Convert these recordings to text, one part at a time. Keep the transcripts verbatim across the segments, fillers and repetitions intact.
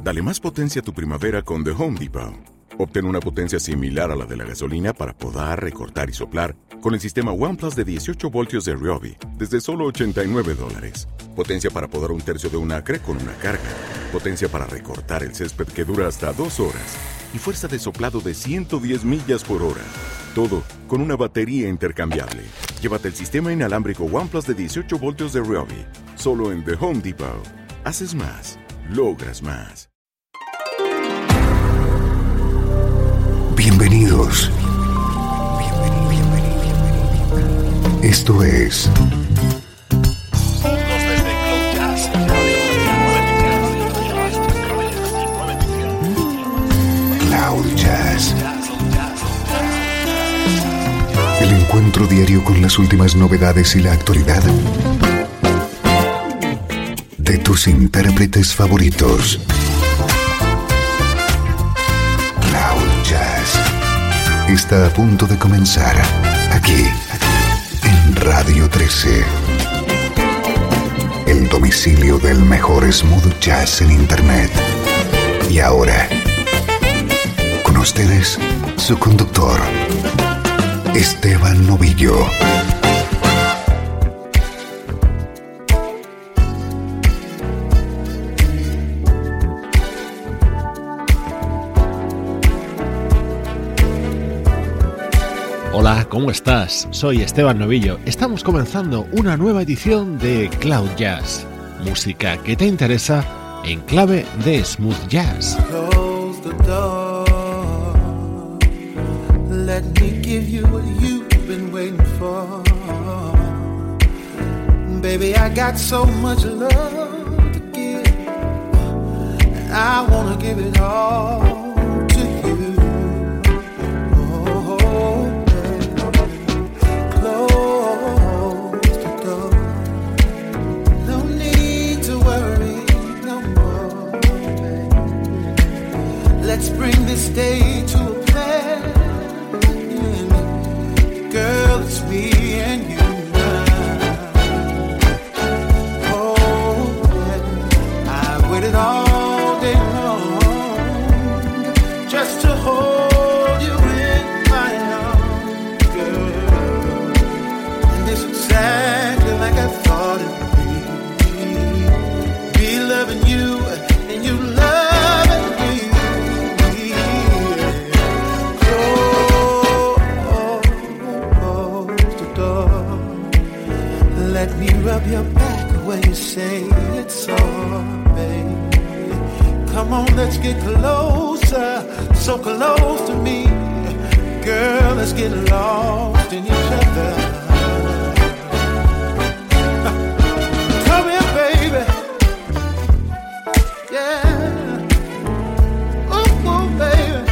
Dale más potencia a tu primavera con The Home Depot. Obtén una potencia similar a la de la gasolina para podar, recortar y soplar con el sistema OnePlus de dieciocho voltios de Ryobi desde solo ochenta y nueve dólares. Potencia para podar un tercio de un acre con una carga. Potencia para recortar el césped que dura hasta dos horas. Y fuerza de soplado de ciento diez millas por hora. Todo con una batería intercambiable. Llévate el sistema inalámbrico OnePlus de dieciocho voltios de Ryobi. Solo en The Home Depot. Haces más. Logras más. Bienvenidos. Esto es Cloud Jazz. El encuentro diario con las últimas novedades y la actualidad de tus intérpretes favoritos. Cloud Jazz está a punto de comenzar aquí en Radio trece, el domicilio del mejor smooth jazz en internet. Y ahora, con ustedes, su conductor, Esteban Novillo. Hola, ¿cómo estás? Soy Esteban Novillo. Estamos comenzando una nueva edición de Cloud Jazz, música que te interesa en clave de smooth jazz. Close the door. Let me give you what you've been waiting for. Baby, I got so much love to give, and I wanna give it all to you. Oh, baby, close the door. No need to worry no more, baby. Let's bring this day to a plan. Girl, it's me and you. Waited all day long just to hold you in my arms, girl. And it's exactly like I thought it would be. Be loving you and you loving me. Close the door. Let me rub your back when you say it's all. Come on, let's get closer, so close to me. Girl, let's get lost in each other. Come here, baby. Yeah. Ooh, ooh, baby.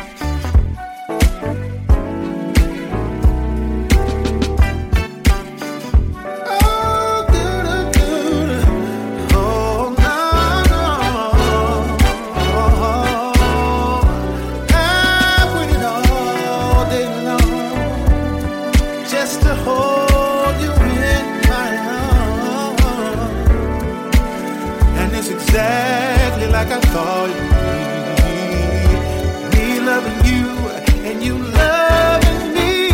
Oh, do, do, do. Oh, exactly like I thought it would be. Me loving you and you loving me.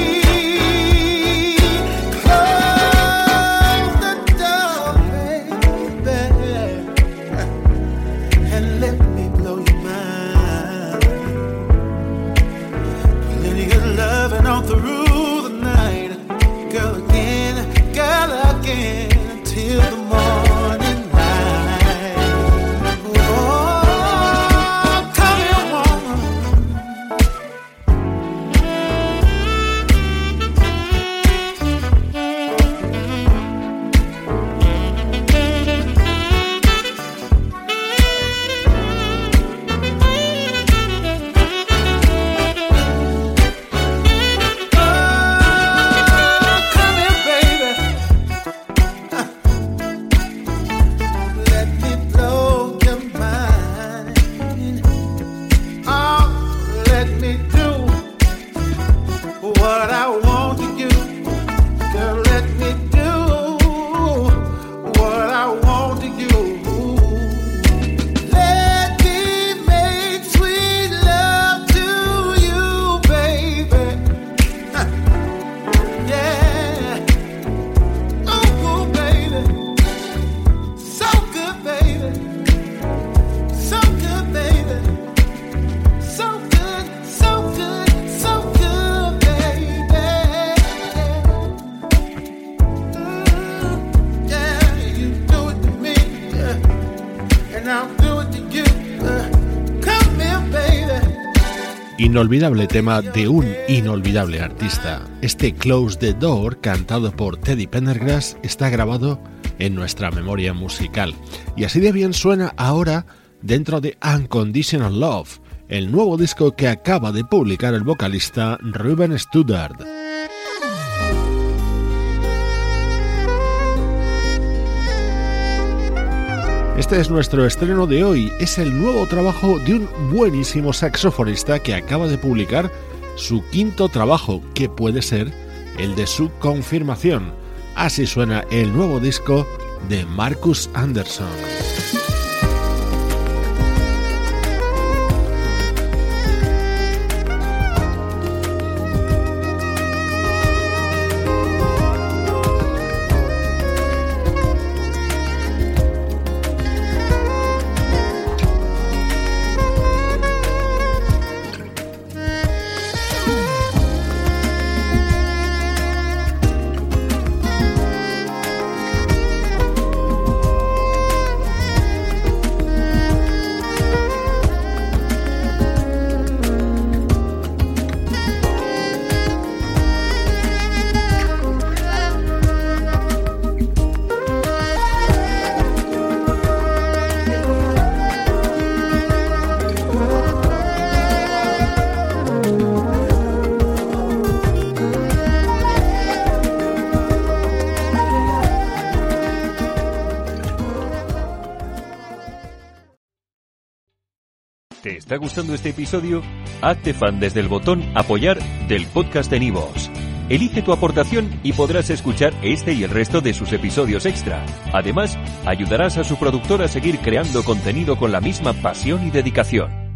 Close the door, baby, and let me blow your mind. Plenty good loving all through the night. Girl again, girl again, until the morning. inolvidable tema de un inolvidable artista. Este Close the Door, cantado por Teddy Pendergrass, está grabado en nuestra memoria musical. Y así de bien suena ahora dentro de Unconditional Love, el nuevo disco que acaba de publicar el vocalista Ruben Studdard. Este es nuestro estreno de hoy, es el nuevo trabajo de un buenísimo saxofonista que acaba de publicar su quinto trabajo, que puede ser el de su confirmación. Así suena el nuevo disco de Marcus Anderson. ¿Te está gustando este episodio? Hazte fan desde el botón Apoyar del podcast de Nivos. Elige tu aportación y podrás escuchar este y el resto de sus episodios extra. Además, ayudarás a su productor a seguir creando contenido con la misma pasión y dedicación.